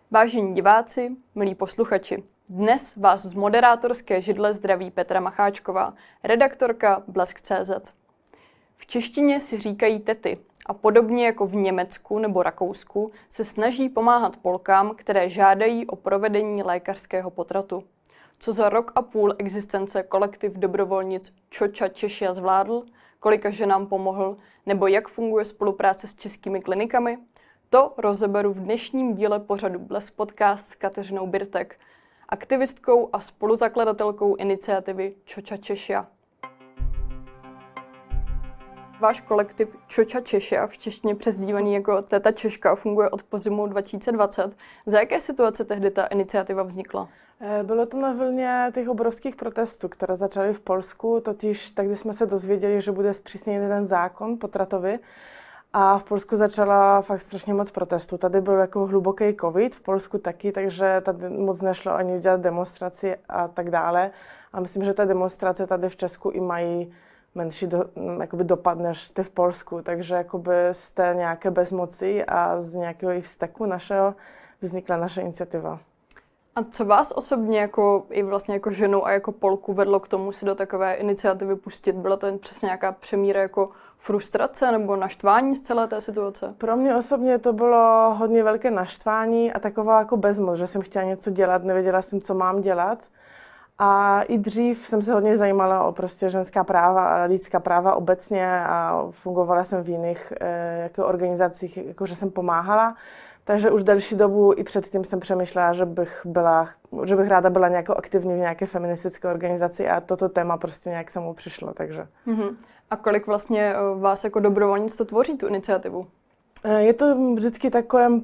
Vážení diváci, milí posluchači, dnes vás z moderátorské židle zdraví Petra Macháčková, redaktorka Blesk.cz. V češtině si říkají tety a podobně jako v Německu nebo Rakousku se snaží pomáhat Polkám, které žádají o provedení lékařského potratu. Co za rok a půl existence kolektiv dobrovolnic Čoča Češia zvládl, kolika ženám pomohl, nebo jak funguje spolupráce s českými klinikami, to rozeberu v dnešním díle pořadu Blesk Podcast s Kateřinou Birtek, aktivistkou a spoluzakladatelkou iniciativy Čoča Češia. Váš kolektiv Čoča Češia, v češtině přezdívaný jako Teta Češka, funguje od podzimu 2020. Za jaké situace tehdy ta iniciativa vznikla? Bylo to na vlně těch obrovských protestů, které začaly v Polsku, totiž tak, když jsme se dozvěděli, že bude zpřísněný ten zákon potratový, a v Polsku začala fakt strašně moc protestů. Tady byl jako hluboký covid, v Polsku taky, takže tady moc nešlo ani udělat demonstraci a tak dále. A myslím, že ta demonstrace tady v Česku i mají menší dopad než ty v Polsku. Takže jakoby z té nějaké bezmoci a z nějakého i vzteku našeho vznikla naše iniciativa. A co vás osobně jako i vlastně jako ženu a jako Polku vedlo k tomu si do takové iniciativy pustit? Byla to jen přesně nějaká přemíra jako frustrace nebo naštvání z celé té situace? Pro mě osobně to bylo hodně velké naštvání a taková jako bezmoc, že jsem chtěla něco dělat, nevěděla jsem, co mám dělat. A i dřív jsem se hodně zajímala o prostě ženská práva a lidská práva obecně a fungovala jsem v jiných jako organizacích, jakože jsem pomáhala. Takže už delší dobu i předtím jsem přemýšlela, že bych ráda byla nějakou aktivní v nějaké feministické organizaci a toto téma prostě nějak samo přišlo, takže. A kolik vlastně vás jako dobrovolnic to tvoří, tu iniciativu? Je to vždycky tak kolem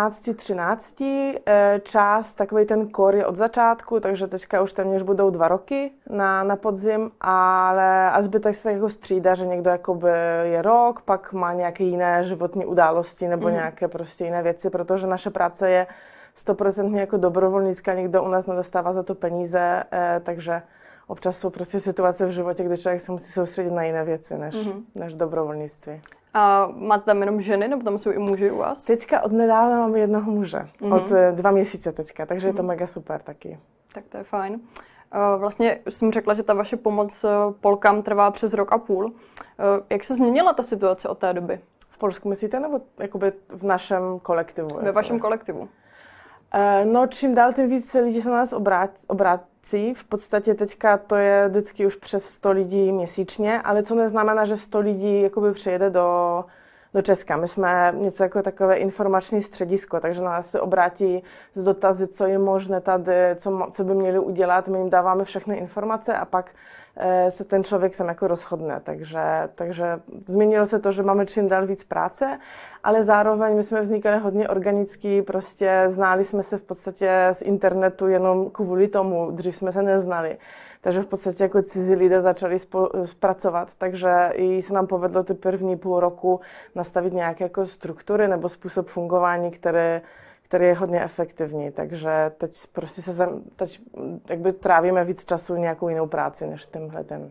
15-13. Část, takový ten core je od začátku, takže teďka už téměř budou 2 roky na podzim, ale a zbytek se tak jako střídá, že někdo jakoby je rok, pak má nějaké jiné životní události nebo nějaké prostě jiné věci, protože naše práce je 100% jako dobrovolnická, nikdo u nás nedostává za to peníze, takže občas jsou prostě situace v životě, kde člověk se musí soustředit na jiné věci než dobrovolnictví. A máte tam jenom ženy, nebo tam jsou i muži u vás? Teďka od nedávna máme jednoho muže, od 2 měsíce teďka, takže je to mega super taky. Tak to je fajn. Vlastně jsem řekla, že ta vaše pomoc Polkám trvá přes rok a půl. Jak se změnila ta situace od té doby? V Polsku myslíte, nebo jakoby v našem kolektivu? Ve vašem kolektivu. No, čím dál, tím víc lidí se na nás obrací. V podstatě teďka to je vždycky už přes 100 lidí měsíčně, ale co neznamená, že 100 lidí jakoby přijede do Česka. My jsme něco jako takové informační středisko, takže na nás se obrátí s dotazy, co je možné tady, co by měli udělat. My jim dáváme všechny informace a pak se ten člověk sem jako rozhodne. Takže změnilo se to, že máme čím dál víc práce, ale zároveň my jsme vznikali hodně organicky, prostě znali jsme se v podstatě z internetu jenom kvůli tomu, dřív jsme se neznali. Takže v podstatě jako cizí lidé začali pracovat, takže i se nám povedlo ty první půl roku nastavit nějaké jako struktury nebo způsob fungování, který je hodně efektivní. Takže teď prostě teď jakby trávíme víc času nějakou jinou práci než tímhletem.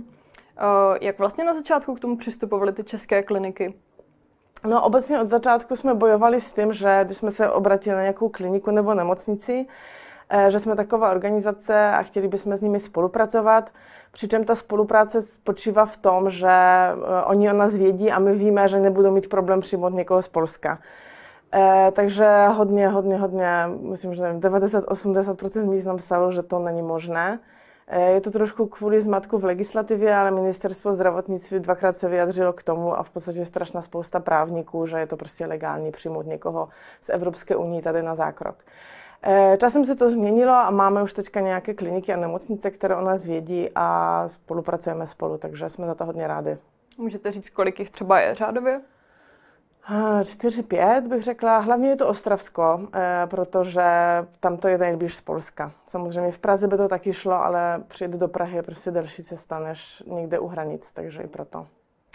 Jak vlastně na začátku k tomu přistupovaly ty české kliniky? No obecně od začátku jsme bojovali s tím, že když jsme se obratili na nějakou kliniku nebo nemocnici, že jsme taková organizace a chtěli bychom s nimi spolupracovat. Přičem ta spolupráce spočívá v tom, že oni o nás vědí a my víme, že nebudou mít problém přijmout někoho z Polska. Takže hodně, myslím, že 90-80% míst nám psalo, že to není možné. Je to trošku kvůli zmatku v legislativě, ale ministerstvo zdravotnictví 2krát se vyjadřilo k tomu a v podstatě strašná spousta právníků, že je to prostě legální přijmout někoho z Evropské unie tady na zákrok. Časem se to změnilo a máme už teďka nějaké kliniky a nemocnice, které o nás vědí a spolupracujeme spolu, takže jsme za to hodně rádi. Můžete říct, kolik jich třeba je řádově? 4-5 bych řekla. Hlavně je to Ostravsko, protože tam to je nejblíž z Polska. Samozřejmě v Praze by to taky šlo, ale přijet do Prahy je prostě delší cesta než někde u hranic, takže i proto.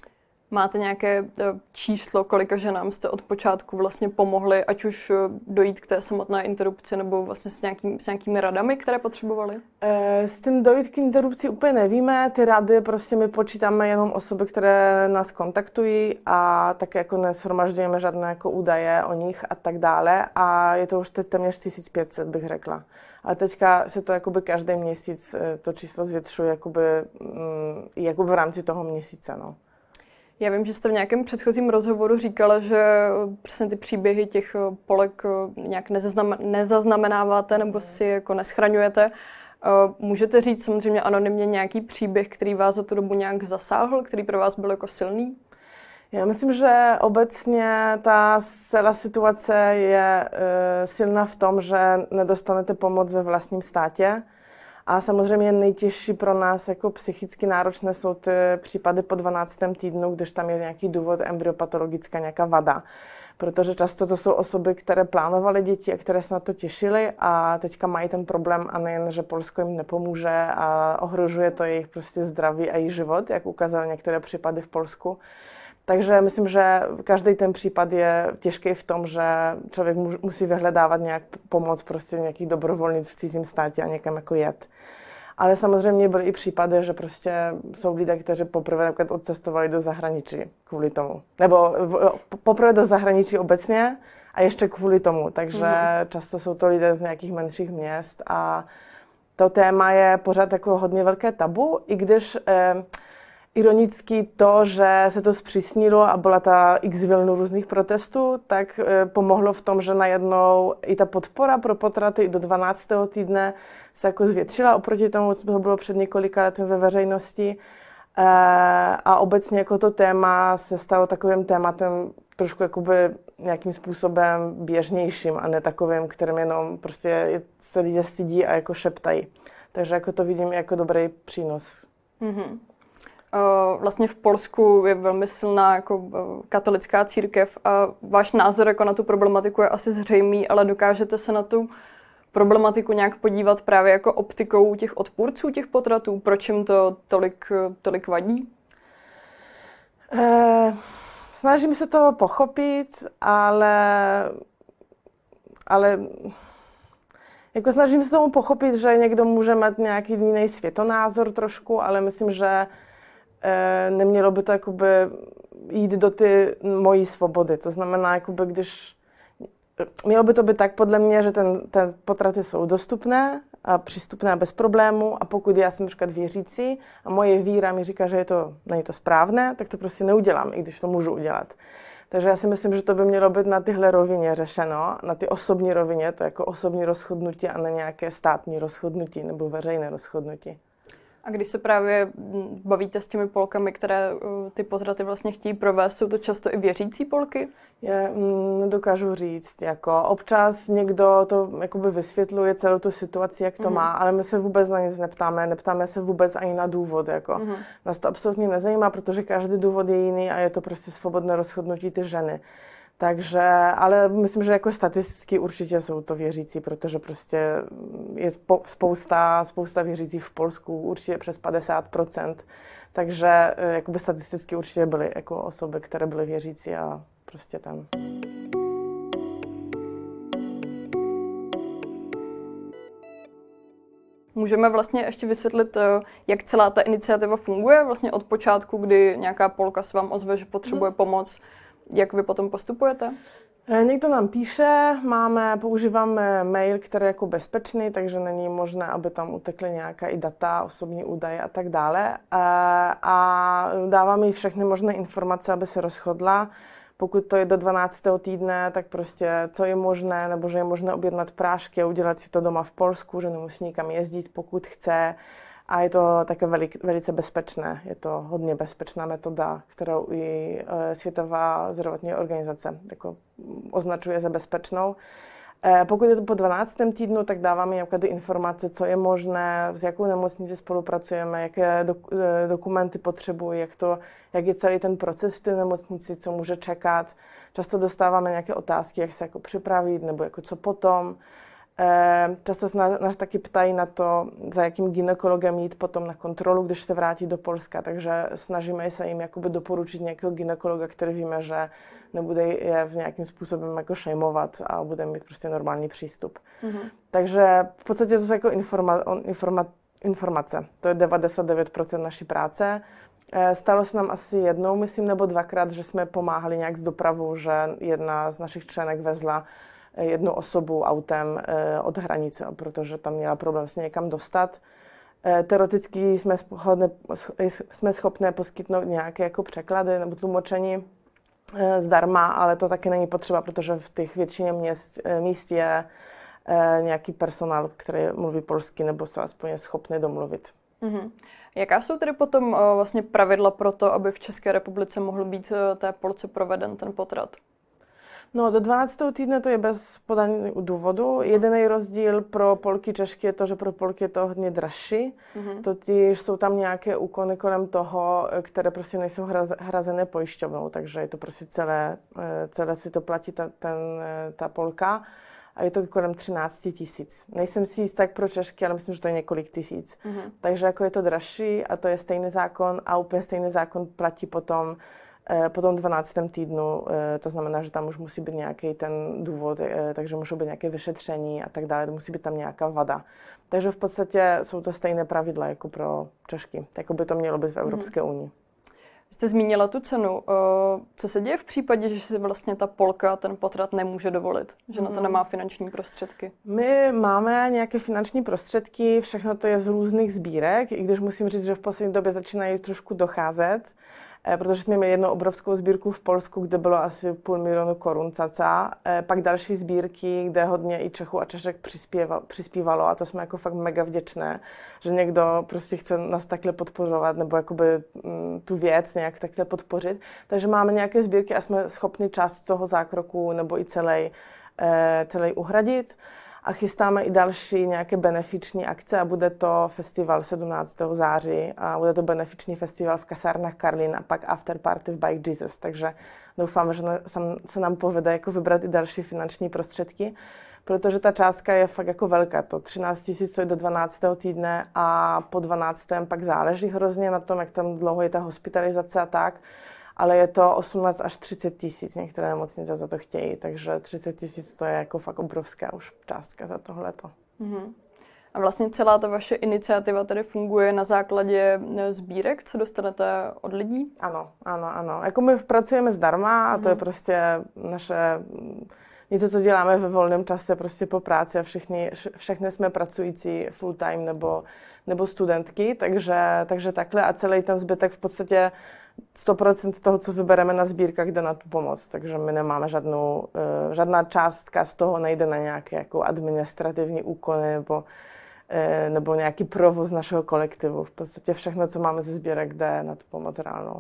Máte nějaké číslo, kolika ženám jste od počátku vlastně pomohli, ať už dojít k té samotné interrupci nebo vlastně s nějakými radami, které potřebovali? S tím dojít k interrupci úplně nevíme. Ty rady prostě my počítáme jenom osoby, které nás kontaktují a také jako neshromažďujeme žádné jako údaje o nich a tak dále. A je to už teď téměř 1500, bych řekla. Ale teďka se to jakoby každý měsíc to číslo zvětšuje jakoby v rámci toho měsíce. No. Já vím, že jste v nějakém předchozím rozhovoru říkala, že přesně ty příběhy těch Polek nějak nezaznamenáváte nebo si jako neschraňujete. Můžete říct samozřejmě anonymně nějaký příběh, který vás za tu dobu nějak zasáhl, který pro vás byl jako silný? Já myslím, že obecně ta celá situace je silná v tom, že nedostanete pomoc ve vlastním státě. A samozřejmě nejtěžší pro nás jako psychicky náročné jsou ty případy po 12. týdnu, když tam je nějaký důvod embryopatologická nějaká vada. Protože často to jsou osoby, které plánovaly děti a které se na to těšily a teďka mají ten problém a nejen, že Polsko jim nepomůže a ohrožuje to jejich prostě zdraví a jejich život, jak ukázaly některé případy v Polsku. Takže myslím, že každý ten případ je těžký v tom, že člověk musí vyhledávat nějak pomoc prostě nějakých dobrovolnic v cizím státě a někam jako jet. Ale samozřejmě byly i případy, že prostě jsou lidé, kteří poprvé například odcestovali do zahraničí kvůli tomu. Nebo poprvé do zahraničí obecně a ještě kvůli tomu. Takže často jsou to lidé z nějakých menších měst a to téma je pořád jako hodně velké tabu, i když ironicky to, že se to zpřísnilo a byla ta x vlnu různých protestů, tak pomohlo v tom, že najednou i ta podpora pro potraty i do 12. týdne se jako zvětšila oproti tomu, co bylo před několika lety ve veřejnosti. A obecně jako to téma se stalo takovým tématem trošku jakoby nějakým způsobem běžnějším a ne takovým, kterým jenom prostě se lidé stydí a jako šeptají. Takže jako to vidím jako dobrý přínos. Mm-hmm. Vlastně v Polsku je velmi silná jako katolická církev a váš názor jako na tu problematiku je asi zřejmý, ale dokážete se na tu problematiku nějak podívat právě jako optikou těch odpůrců těch potratů? Proč jim to tolik vadí? Snažím se to pochopit, ale jako snažím se tomu pochopit, že někdo může mít nějaký jiný světonázor trošku, ale myslím, že nemělo by to jakoby jít do ty mojí svobody. To znamená, jakoby, když mělo by to být tak podle mě, že ten potraty jsou dostupné a přístupné bez problému a pokud já jsem například věřící a moje víra mi říká, že není to správné, tak to prostě neudělám, i když to můžu udělat. Takže já si myslím, že to by mělo být na tyhle rovině řešeno, na ty osobní rovině, to jako osobní rozhodnutí a na nějaké státní rozhodnutí nebo veřejné rozhodnutí. A když se právě bavíte s těmi Polkami, které ty potraty vlastně chtějí provést, jsou to často i věřící Polky? Nedokážu říct. Jako občas někdo to jakoby vysvětluje celou tu situaci, jak to má, ale my se vůbec na nic neptáme se vůbec ani na důvod. Jako. Nás to absolutně nezajímá, protože každý důvod je jiný a je to prostě svobodné rozhodnutí ty ženy. Takže, ale myslím, že jako statisticky určitě jsou to věřící, protože prostě je spousta věřících v Polsku, určitě přes 50%. Takže jakoby statisticky určitě byly jako osoby, které byly věřící a prostě tam. Můžeme vlastně ještě vysvětlit, jak celá ta iniciativa funguje vlastně od počátku, kdy nějaká Polka se vám ozve, že potřebuje pomoc. Jak vy potom postupujete? Někdo nám píše, používáme mail, který je jako bezpečný, takže není možné, aby tam utekly nějaká i data, osobní údaje a tak dále. A dáváme jí všechny možné informace, aby se rozhodla. Pokud to je do 12. týdne, tak prostě co je možné, nebo že je možné objednat prášky a udělat si to doma v Polsku, že nemusí nikam jezdit, pokud chce. A je to také velice bezpečné. Je to hodně bezpečná metoda, kterou i Světová zdravotní organizace jako označuje za bezpečnou. Pokud je to po 12. týdnu, tak dáváme nějaké informace, co je možné, s jakou nemocnicí spolupracujeme, jaké dokumenty potřebují, jak je celý ten proces v té nemocnici, co může čekat. Často dostáváme nějaké otázky, jak se jako připravit, nebo jako co potom. Často se nás taky ptají na to, za jakým gynekologem jít potom na kontrolu, když se vrátí do Polska. Takže snažíme se jim jakoby doporučit nějakého gynekologa, který víme, že nebude je v nějakým způsobem jako šejmovat a bude mít prostě normální přístup. Takže v podstatě to jsou jako informace. To je 99% naší práce. Stalo se nám asi jednou, myslím, nebo dvakrát, že jsme pomáhali nějak s dopravou, že jedna z našich členek vezla jednu osobu autem od hranice, protože tam měla problém se někam dostat. Teoreticky jsme schopni poskytnout nějaké jako překlady nebo tlumočení zdarma, ale to taky není potřeba, protože v těch většině míst je nějaký personál, který mluví polsky nebo jsou aspoň schopni domluvit. Jaká jsou tedy potom vlastně pravidla pro to, aby v České republice mohl být té Polce proveden ten potrat? No, do 12. týdne to je bez podání důvodu. Jediný rozdíl pro Polky Češky je to, že pro Polky je to hodně dražší. Totiž jsou tam nějaké úkony kolem toho, které prostě nejsou hrazené pojišťovnou, takže je to prostě celé si to platí ta Polka. A je to kolem 13 000. Nejsem si jistá pro Češky, ale myslím, že to je několik tisíc. Takže jako je to dražší a to je stejný zákon a úplně stejný zákon platí potom po tom 12. týdnu. To znamená, že tam už musí být nějaký ten důvod, takže můžou být nějaké vyšetření a tak dále, musí být tam nějaká vada. Takže v podstatě jsou to stejné pravidla jako pro Češky, jako by to mělo být v Evropské unii. Jste zmínila tu cenu. Co se děje v případě, že si vlastně ta Polka ten potrat nemůže dovolit? Že na to nemá finanční prostředky? My máme nějaké finanční prostředky, všechno to je z různých sbírek, i když musím říct, že v poslední době začínají trošku docházet, protože jsme měli jednu obrovskou sbírku v Polsku, kde bylo asi 500 000 korun caca. Pak další sbírky, kde hodně i Čechů a Češek přispívalo a to jsme jako fakt mega vděčné, že někdo prostě chce nás takhle podporovat nebo jakoby tu věc nějak takhle podpořit. Takže máme nějaké sbírky a jsme schopni část toho zákroku nebo i celý uhradit. A chystáme i další nějaké benefiční akce a bude to festival 17. září a bude to benefiční festival v kasárnách Karlín a pak after party v Bike Jesus. Takže doufám, že se nám povede jako vybrat i další finanční prostředky, protože ta částka je fakt jako velká. To 13 000 je do 12. týdne a po 12. pak záleží hrozně na tom, jak tam dlouho je ta hospitalizace a tak. Ale je to 18 až 30 tisíc, některé nemocnice za to chtějí, takže 30 tisíc to je jako fakt obrovská už částka za tohleto. A vlastně celá ta vaše iniciativa tady funguje na základě sbírek, co dostanete od lidí? Ano. Jako my pracujeme zdarma a to je prostě naše něco, co děláme ve volném čase prostě po práci a všechny jsme pracující full time nebo studentky, takže takhle a celý ten zbytek v podstatě 100% toho, co vybereme na sbírkách, jde na tu pomoc, takže my nemáme žádná částka z toho nejde na nějaké jako administrativní úkony nebo nějaký provoz našeho kolektivu. V podstatě všechno, co máme ze sbírek, jde na tu pomoc reálnou.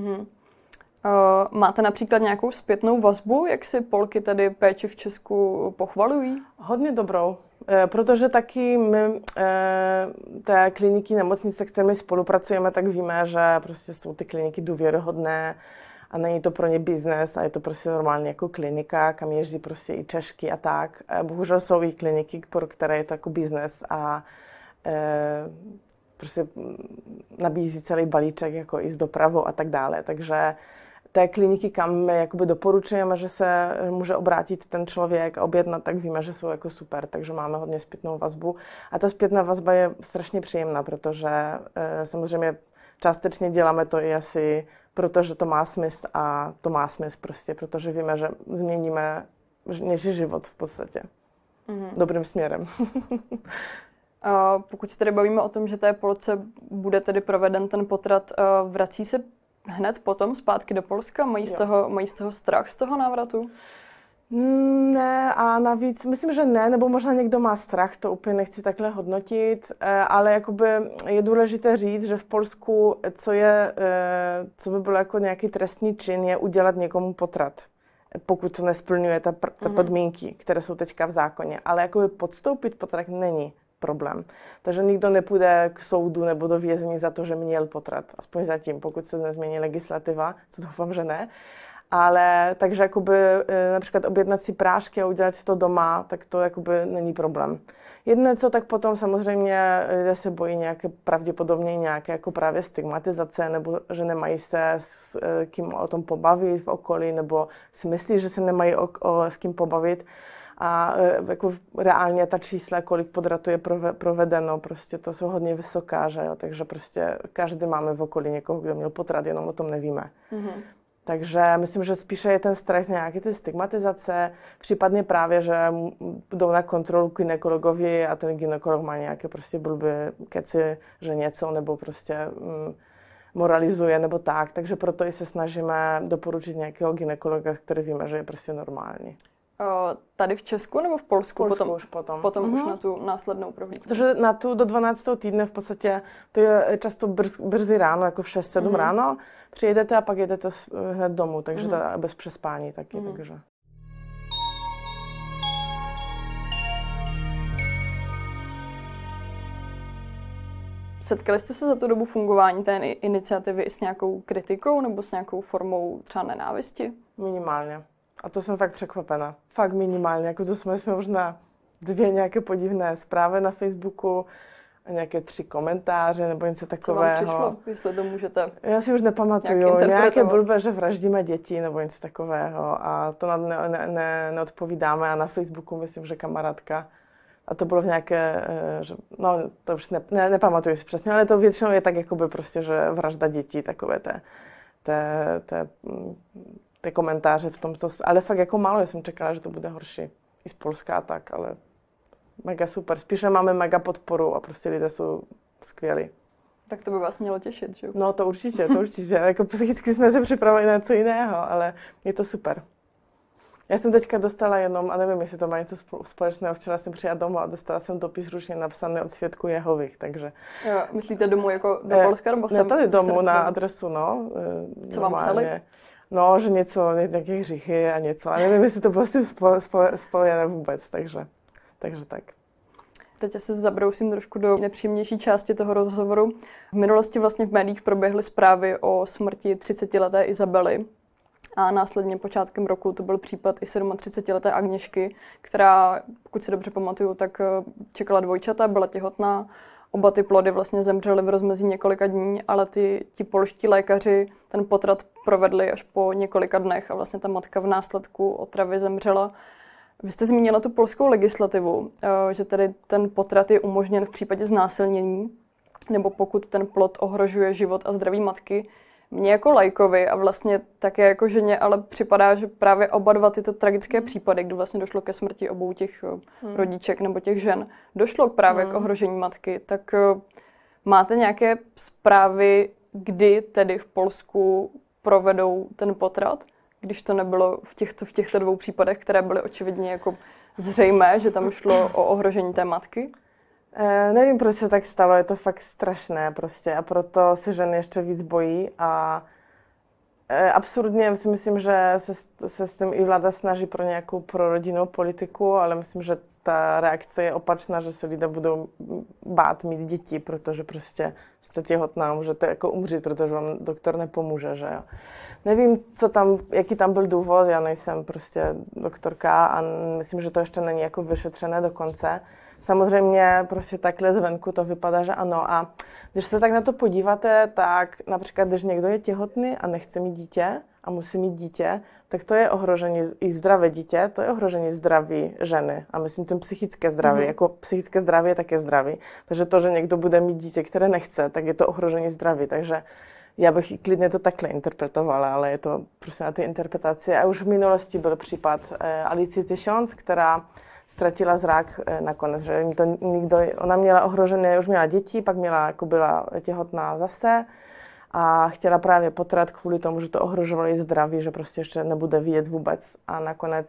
Máte například nějakou zpětnou vazbu, jak si Polky tady péči v Česku pochvalují? Hodně dobrou, protože taky my té kliniky, nemocnice, kterými spolupracujeme, tak víme, že prostě jsou ty kliniky důvěryhodné a není to pro ně biznes a je to prostě normálně jako klinika, kam jezdí prostě i Češky a tak. Bohužel jsou i kliniky, pro které je to jako biznes a prostě nabízí celý balíček jako i s dopravou a tak dále, takže té kliniky, kam my jakoby doporučujeme, že se může obrátit ten člověk a objednat, tak víme, že jsou jako super, takže máme hodně zpětnou vazbu. A ta zpětná vazba je strašně příjemná, protože samozřejmě částečně děláme to i asi protože to má smysl a to má smysl prostě, protože víme, že změníme něčí život v podstatě dobrým směrem. Pokud se tedy bavíme o tom, že té Polce bude tedy proveden ten potrat, vrací se hned potom zpátky do Polska? Mají z toho strach z toho návratu? Ne a navíc, myslím, že ne, nebo možná někdo má strach, to úplně nechci takhle hodnotit, ale jakoby je důležité říct, že v Polsku, co by bylo jako nějaký trestný čin, je udělat někomu potrat, pokud to nesplňuje ta podmínky, které jsou teďka v zákoně, ale jakoby podstoupit potrat není problém. Takže nikdo nepůjde k soudu nebo do vězení za to, že měl potrat. Aspoň zatím, pokud se nezmění legislativa, co doufám, že ne. Ale takže jakoby například objednat si prášky a udělat si to doma, tak to jakoby není problém. Jedné co, tak potom samozřejmě lidé se bojí pravděpodobně nějaké jako právě stigmatizace, nebo že nemají se s kým o tom pobavit v okolí, nebo si myslí, že se nemají s kým pobavit. A jako reálně ta čísla, kolik potratů je provedeno, prostě to jsou hodně vysoká, že jo? Takže prostě každý máme v okolí někoho, kdo měl potrat, jenom o tom nevíme. Mm-hmm. Takže myslím, že spíše je ten strach z nějaké ty stigmatizace, případně právě, že jdou na kontrolu k gynekologovi a ten gynekolog má nějaké prostě blbé keci, že něco, nebo prostě moralizuje, nebo tak. Takže proto i se snažíme doporučit nějakého gynekologa, který víme, že je prostě normální. Tady v Česku nebo v Polsku? Potom už na tu následnou prohlídku. Takže na tu do 12. týdne v podstatě, to je často brzy ráno, jako v 6-7 ráno, přijedete a pak jedete hned domů, takže to bez přespání taky. Takže. Setkali jste se za tu dobu fungování té iniciativy i s nějakou kritikou nebo s nějakou formou třeba nenávisti? Minimálně. A to jsem fakt překvapena. Fakt minimálně. Jako to jsme možná 2 nějaké podivné zprávy na Facebooku a nějaké 3 komentáře nebo něco takového. Co vám přišlo, jestli to můžete? Já si už nepamatuju. Nějaké blbé, že vraždíme děti nebo něco takového. A to neodpovídáme. A na Facebooku myslím, že kamarádka. A to bylo v nějaké, no to už nepamatuju si přesně, ale to většinou je tak jakoby prostě, že vražda dětí, takové ty komentáře v tomto, ale fakt jako málo, já jsem čekala, že to bude horší. I z Polska a tak, ale mega super. Spíše máme mega podporu a prostě lidé jsou skvělí. Tak to by vás mělo těšit, že? No to určitě. Jako psychicky jsme se připravili na něco jiného, ale je to super. Já jsem teďka dostala jenom, a nevím, jestli to má něco společného, včera jsem přijela domů a dostala jsem dopis ručně napsaný od Svědků Jehových, takže... Jo, myslíte domů jako do Polska, nebo sem? Ne, tady domů na adresu, no. Co vám psali? No, že něco, nějaké hříchy a něco. A nevím, jestli to bylo s tím spojené vůbec, takže tak. Teď se zabrousím trošku do nepříjemnější části toho rozhovoru. V minulosti vlastně v médiích proběhly zprávy o smrti 30leté Izabely. A následně počátkem roku to byl případ i 37leté Agněšky, která, pokud si dobře pamatuju, tak čekala dvojčata, byla těhotná. Oba ty plody vlastně zemřely v rozmezí několika dní, ale ti polští lékaři ten potrat provedli až po několika dnech a vlastně ta matka v následku otravy zemřela. Vy jste zmínila tu polskou legislativu, že tedy ten potrat je umožněn v případě znásilnění, nebo pokud ten plod ohrožuje život a zdraví matky. Mně jako laikovi a vlastně také jako ženě, ale připadá, že právě oba dva tyto tragické případy, kdy vlastně došlo ke smrti obou těch rodiček nebo těch žen, došlo právě k ohrožení matky, tak máte nějaké zprávy, kdy tedy v Polsku provedou ten potrat, když to nebylo v těchto 2 případech, které byly očividně jako zřejmé, že tam šlo o ohrožení té matky? Nevím, proč se tak stalo, je to fakt strašné prostě a proto se ženy ještě víc bojí a absurdně si myslím, že se s tím i vláda snaží pro nějakou prorodinnou politiku, ale myslím, že ta reakce je opačná, že se lidé budou bát mít děti, protože prostě jste těhotná, můžete jako umřít, protože vám doktor nepomůže, že jo. Nevím, jaký tam byl důvod, já nejsem prostě doktorka a myslím, že to ještě není jako vyšetřené do konce. Samozřejmě prostě takhle zvenku to vypadá, že ano. A když se tak na to podíváte, tak například, když někdo je těhotný a nechce mít dítě a musí mít dítě, tak to je ohrožení i zdravé dítě, to je ohrožení zdraví ženy. A myslím tím psychické zdraví. Jako psychické zdraví je také zdraví. Takže to, že někdo bude mít dítě, které nechce, tak je to ohrožení zdraví. Takže já bych klidně to takhle interpretovala, ale je to prostě na té interpretaci. A už v minulosti byl případ Alicie Tysiąc, která ztratila zrak nakonec, že to ona měla ohrožené, už měla děti, pak byla těhotná zase a chtěla právě potrat kvůli tomu, že to ohrožovalo její zdraví, že prostě ještě nebude vidět vůbec. A nakonec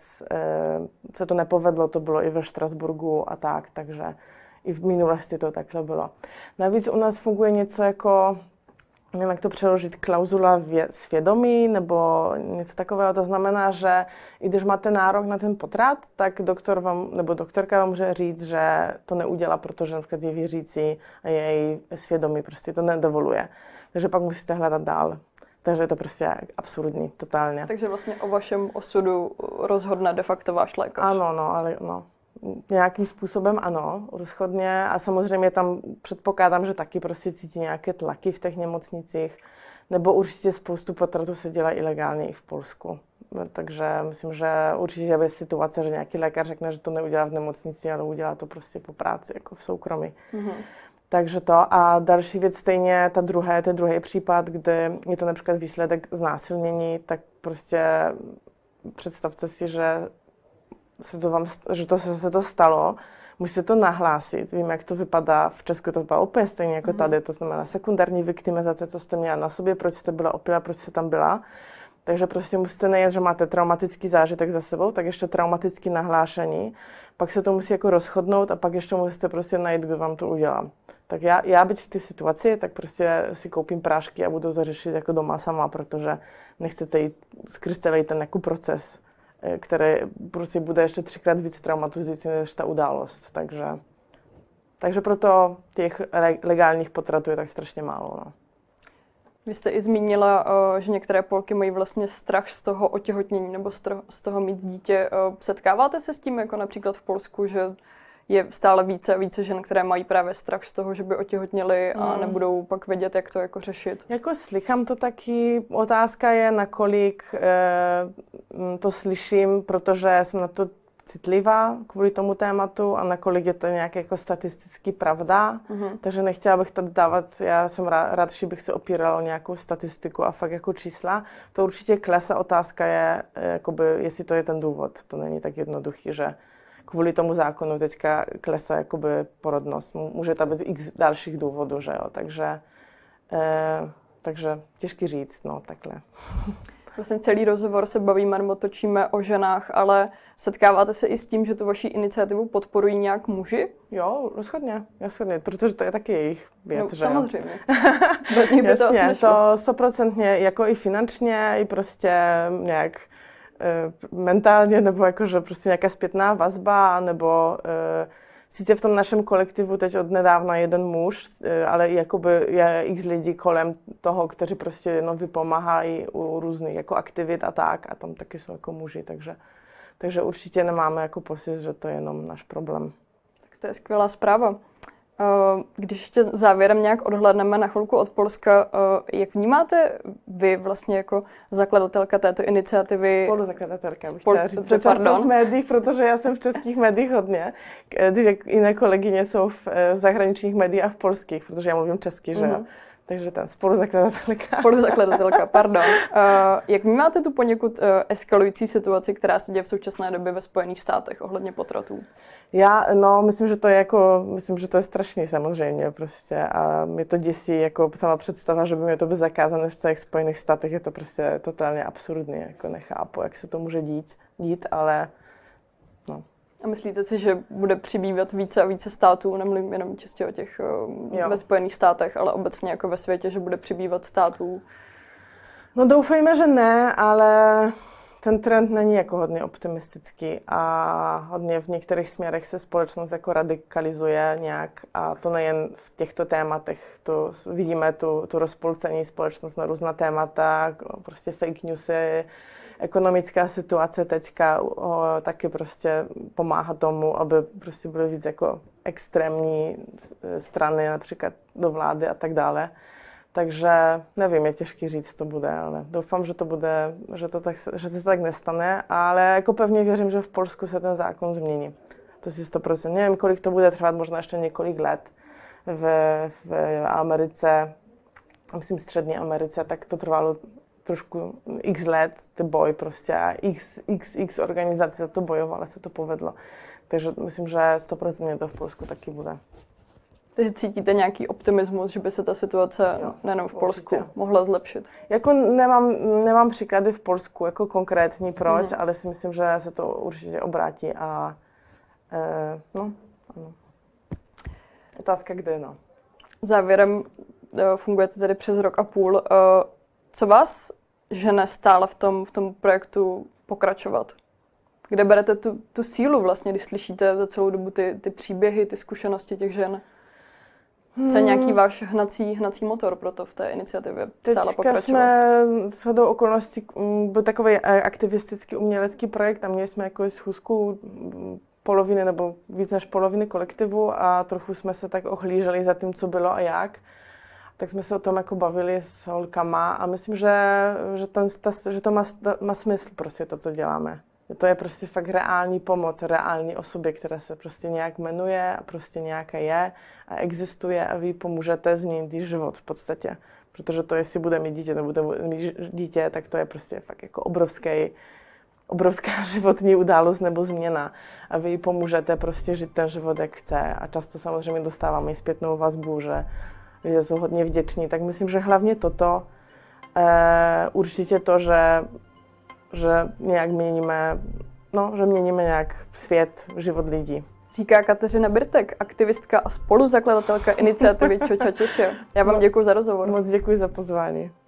se to nepovedlo, to bylo i ve Štrasburgu a tak, takže i v minulosti to takhle bylo. Navíc u nás funguje něco jako, nevím, jak to přeložit, klauzula svědomí nebo něco takového. To znamená, že i když máte nárok na ten potrat, tak doktor vám, nebo doktorka vám může říct, že to neudělá, protože například je věřící a její svědomí prostě to nedovoluje. Takže pak musíte hledat dál. Takže je to prostě absurdní, totálně. Takže vlastně o vašem osudu rozhodne de facto váš lékař. Ano, no, ale no. Nějakým způsobem ano, rozhodně. A samozřejmě tam předpokládám, že taky prostě cítí nějaké tlaky v těch nemocnicích. Nebo určitě spoustu potratů se dělá ilegálně i v Polsku. Takže myslím, že určitě je situace, že nějaký lékař řekne, že to neudělá v nemocnici, ale udělá to prostě po práci, jako v soukromí. Mm-hmm. Takže to. A další věc stejně, ten druhý případ, kde je to například výsledek znásilnění, tak prostě představte si, že se to stalo, musíte to nahlásit. Vím, jak to vypadá v Česku, to vypadá úplně stejně jako tady, to znamená sekundární viktimizace, co jste měla na sobě, proč jste byla opila, proč jste tam byla. Takže prostě musíte nejen, že máte traumatický zážitek za sebou, tak ještě traumatické nahlášení. Pak se to musí jako rozhodnout a pak ještě musíte prostě najít, kdo vám to udělá. Tak já byť v té situaci, tak prostě si koupím prášky a budu to řešit jako doma sama, protože nechcete jít skrz celý ten jako proces, který prostě bude ještě 3krát víc traumatizující než ta událost. Takže proto těch legálních potratů je tak strašně málo. No. Vy jste i zmínila, že některé Polky mají vlastně strach z toho otěhotnění nebo z toho mít dítě. Setkáváte se s tím, jako například v Polsku, že je stále více a více žen, které mají právě strach z toho, že by otěhotněly a nebudou pak vědět, jak to jako řešit? Jako slychám to taky. Otázka je, nakolik to slyším, protože jsem na to citlivá kvůli tomu tématu a nakolik je to nějak jako statisticky pravda. Takže nechtěla bych tady dávat, já jsem radši bych se opírala o nějakou statistiku a fakt jako čísla. To určitě klesá. Otázka je, jakoby, jestli to je ten důvod. To není tak jednoduchý, že kvůli tomu zákonu teďka klesá jakoby porodnost. Může tam být x dalších důvodů, že jo. Takže těžký říct, no, takhle. Vlastně celý rozhovor se bavíme nebo točíme o ženách, ale setkáváte se i s tím, že tu vaši iniciativu podporují nějak muži? Jo, rozhodně, protože to je taky jejich věc, no, že samozřejmě. Bez nich by to asi nešlo. To 100% jako i finančně, i prostě nějak mentálně, nebo jakože prostě nějaká zpětná vazba, nebo sice v tom našem kolektivu teď od nedávna jeden muž, ale jakoby je x lidí kolem toho, kteří prostě jenom vypomáhají u různých jako aktivit a tak, a tam taky jsou jako muži, takže určitě nemáme jako pocit, že to je jenom náš problém. Tak to je skvělá zpráva. Když ještě závěrem nějak odhlédneme na chvilku od Polska, jak vnímáte vy vlastně jako zakladatelka této iniciativy? Spoluzakladatelka, bych chtěla říct. V médiích, protože já jsem v českých médiích hodně. Jiné kolegyně jsou v zahraničních médiích a v polských, protože já mluvím česky, že jo. Takže tam spoluzakladatelka. Spoluzakladatelka, pardon. Jak vnímáte tu poněkud eskalující situaci, která se děje v současné době ve Spojených státech ohledně potratů? Myslím, že to je strašný samozřejmě prostě a mě to děsí jako sama představa, že by mě to bylo zakázané v těch Spojených státech, je to prostě totálně absurdní, jako nechápu, jak se to může dít, ale no. A myslíte si, že bude přibývat více a více států, nemluvím jenom čistě o těch ve Spojených státech, ale obecně jako ve světě, že bude přibývat států? No doufejme, že ne, ale ten trend není jako hodně optimistický a hodně v některých směrech se společnost jako radikalizuje nějak a to nejen v těchto tématech. To vidíme tu rozpolcení společnost na různá témata, prostě fake newsy, ekonomická situace teďka taky prostě pomáhá tomu, aby prostě byly víc jako extrémní strany, například do vlády a tak dále. Takže nevím, je těžký říct, to bude, ale doufám, že to bude, že se tak nestane, ale jako pevně věřím, že v Polsku se ten zákon změní. To si 100%. Nevím, kolik to bude trvat, možná ještě několik let. V Americe, myslím střední Americe, tak to trvalo trošku x let, ten boj prostě a x organizací za to bojovalo, se to povedlo. Takže myslím, že 100% to v Polsku taky bude. Takže cítíte nějaký optimismus, že by se ta situace nejenom v Polsku mohla zlepšit? Jako nemám příklady v Polsku jako konkrétní proč, ale si myslím, že se to určitě obrátí a ano. Otázka kdy, no. Závěrem fungujete tady přes rok a půl. Co vás žene stále v tom projektu pokračovat? Kde berete tu sílu vlastně, když slyšíte za celou dobu ty příběhy, ty zkušenosti těch žen? Co je nějaký váš hnací motor pro to v té iniciativě stále pokračovat? Jsme shodou okolností, byl takový aktivistický umělecký projekt a měli jsme jako schůzku poloviny nebo víc než poloviny kolektivu a trochu jsme se tak ohlíželi za tím, co bylo a jak. Tak jsme se o tom jako bavili s holkama a myslím, že to má smysl prostě to, co děláme. To je prostě fakt reální pomoc, reální osobě, která se prostě nějak jmenuje a prostě nějaká je a existuje a vy pomůžete změnit její život v podstatě. Protože to, jestli bude mít dítě nebo bude mít dítě, tak to je prostě fakt jako obrovská životní událost nebo změna. A vy pomůžete prostě žít ten život, jak chce. A často samozřejmě dostáváme i zpětnou vazbu, že lidé jsou hodně vděční. Tak myslím, že hlavně toto, určitě to, že nějak měníme nějak svět, život lidí. Říká Kateřina Birtek, aktivistka a spoluzakladatelka iniciativy Čoča Češe. Já vám děkuji za rozhovor. Moc děkuji za pozvání.